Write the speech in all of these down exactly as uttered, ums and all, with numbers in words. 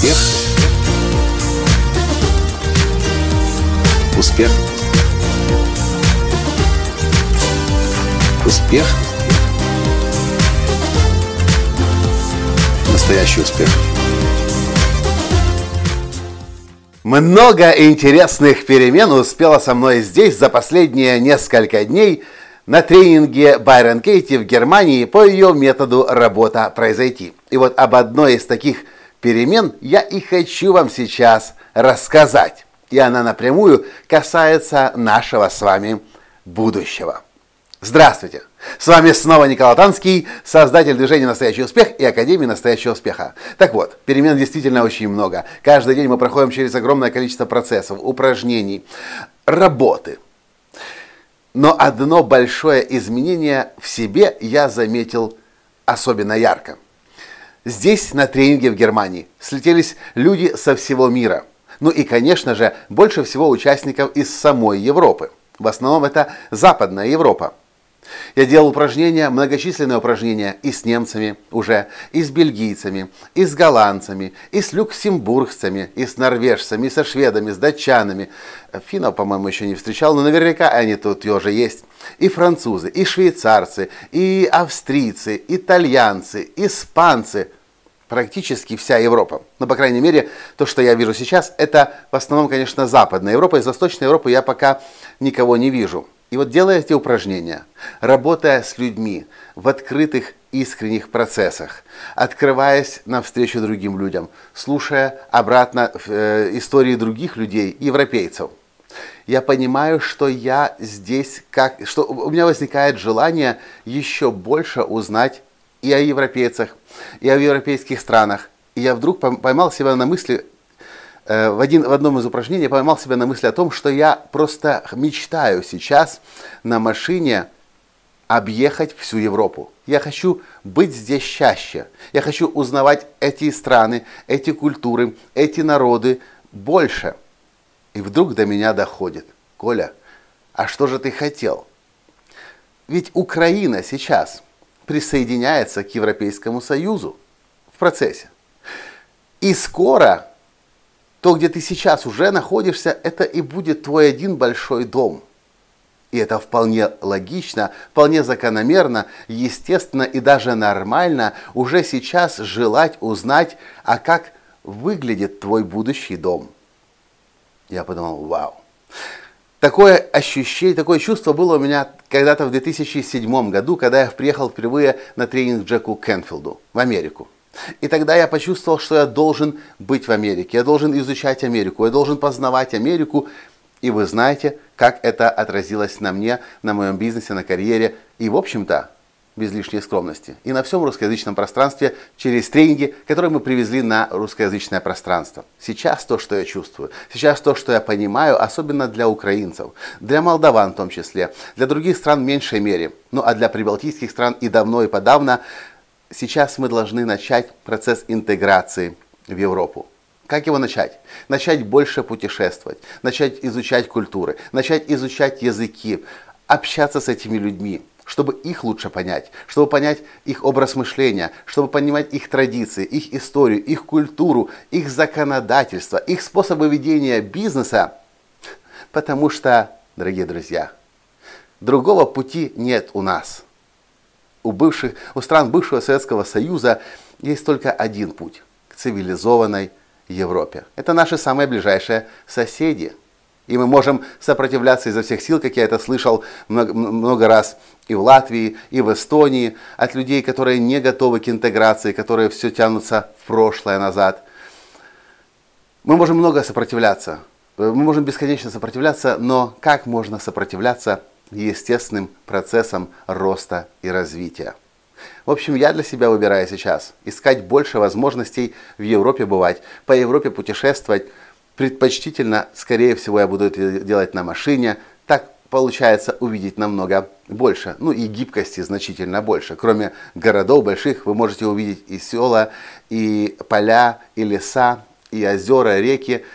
Успех. Успех. Успех. Настоящий успех. Много интересных перемен успело со мной здесь за последние несколько дней на тренинге Байрон Кейти в Германии по ее методу «Работа произойти». И вот об одной из таких перемен я и хочу вам сейчас рассказать. И она напрямую касается нашего с вами будущего. Здравствуйте! С вами снова Николай Танский, создатель движения «Настоящий успех» и Академии «Настоящего успеха». Так вот, перемен действительно очень много. Каждый день мы проходим через огромное количество процессов, упражнений, работы. Но одно большое изменение в себе я заметил особенно ярко. Здесь, на тренинге в Германии, слетелись люди со всего мира. Ну и, конечно же, больше всего участников из самой Европы. В основном это Западная Европа. Я делал упражнения, многочисленные упражнения и с немцами уже, и с бельгийцами, и с голландцами, и с люксембургцами, и с норвежцами, и со шведами, с датчанами. Финнов, по-моему, еще не встречал, но наверняка они тут уже есть. И французы, и швейцарцы, и австрийцы, итальянцы, испанцы. Практически вся Европа. Но, по крайней мере, то, что я вижу сейчас, это в основном, конечно, Западная Европа. Из Восточной Европы я пока никого не вижу. И вот делая эти упражнения, работая с людьми в открытых, искренних процессах, открываясь навстречу другим людям, слушая обратно э, истории других людей, европейцев, я понимаю, что я здесь, как, что у меня возникает желание еще больше узнать и о европейцах, и о европейских странах. И я вдруг поймал себя на мысли, В, один, в одном из упражнений я поймал себя на мысли о том, что я просто мечтаю сейчас на машине объехать всю Европу. Я хочу быть здесь чаще. Я хочу узнавать эти страны, эти культуры, эти народы больше. И вдруг до меня доходит: Коля, а что же ты хотел? Ведь Украина сейчас присоединяется к Европейскому Союзу в процессе. И скоро то, где ты сейчас уже находишься, это и будет твой один большой дом. И это вполне логично, вполне закономерно, естественно и даже нормально уже сейчас желать узнать, а как выглядит твой будущий дом. Я подумал: вау. Такое ощущение, такое чувство было у меня когда-то в две тысячи седьмом году, когда я приехал впервые на тренинг к Джеку Кенфилду в Америку. И тогда я почувствовал, что я должен быть в Америке, я должен изучать Америку, я должен познавать Америку. И вы знаете, как это отразилось на мне, на моем бизнесе, на карьере и, в общем-то, без лишней скромности, и на всем русскоязычном пространстве через тренинги, которые мы привезли на русскоязычное пространство. Сейчас то, что я чувствую, сейчас то, что я понимаю, особенно для украинцев, для молдаван в том числе, для других стран в меньшей мере, ну а для прибалтийских стран и давно, и подавно. Сейчас мы должны начать процесс интеграции в Европу. Как его начать? Начать больше путешествовать, начать изучать культуры, начать изучать языки, общаться с этими людьми, чтобы их лучше понять, чтобы понять их образ мышления, чтобы понимать их традиции, их историю, их культуру, их законодательство, их способы ведения бизнеса. Потому что, дорогие друзья, другого пути нет у нас. У, бывших, у стран бывшего Советского Союза есть только один путь к цивилизованной Европе. Это наши самые ближайшие соседи. И мы можем сопротивляться изо всех сил, как я это слышал много, много раз и в Латвии, и в Эстонии, от людей, которые не готовы к интеграции, которые все тянутся в прошлое назад. Мы можем много сопротивляться, мы можем бесконечно сопротивляться, но как можно сопротивляться естественным процессом роста и развития? В общем, я для себя выбираю сейчас искать больше возможностей в Европе бывать, по Европе путешествовать. Предпочтительно, скорее всего, я буду это делать на машине. Так получается увидеть намного больше. Ну и гибкости значительно больше. Кроме городов больших, вы можете увидеть и села, и поля, и леса, и озера, реки.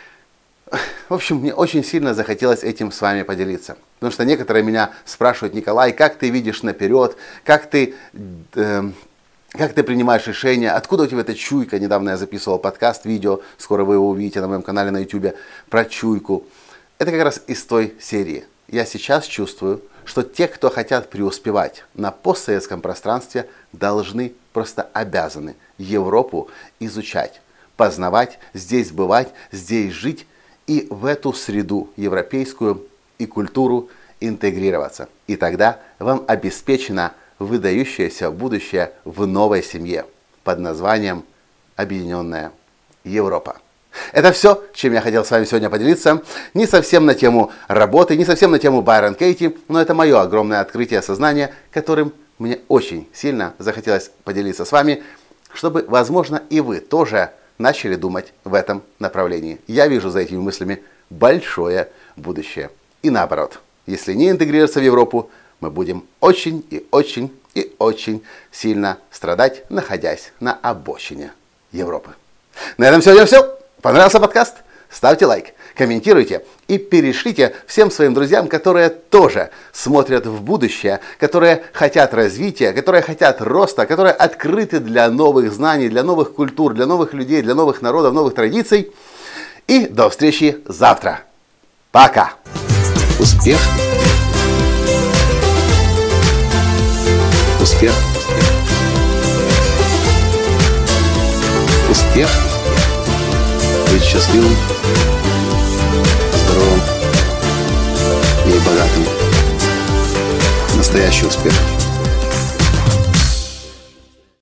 В общем, мне очень сильно захотелось этим с вами поделиться. Потому что некоторые меня спрашивают: Николай, как ты видишь наперед, как ты э, как ты принимаешь решения, откуда у тебя эта чуйка. Недавно я записывал подкаст, видео, скоро вы его увидите на моем канале на YouTube, про чуйку. Это как раз из той серии. Я сейчас чувствую, что те, кто хотят преуспевать на постсоветском пространстве, должны, просто обязаны Европу изучать, познавать, здесь бывать, здесь жить и в эту среду европейскую и культуру интегрироваться. И тогда вам обеспечено выдающееся будущее в новой семье под названием Объединенная Европа. Это все, чем я хотел с вами сегодня поделиться. Не совсем на тему работы, не совсем на тему Байрон Кейти, но это мое огромное открытие сознания, которым мне очень сильно захотелось поделиться с вами, чтобы, возможно, и вы тоже начали думать в этом направлении. Я вижу за этими мыслями большое будущее. И наоборот, если не интегрироваться в Европу, мы будем очень и очень и очень сильно страдать, находясь на обочине Европы. На этом сегодня все. Понравился подкаст? Ставьте лайк, комментируйте и перешлите всем своим друзьям, которые тоже смотрят в будущее, которые хотят развития, которые хотят роста, которые открыты для новых знаний, для новых культур, для новых людей, для новых народов, новых традиций. И до встречи завтра. Пока! Успех. Успех. Успех. Быть счастливым, здоровым и богатым. Настоящий успех.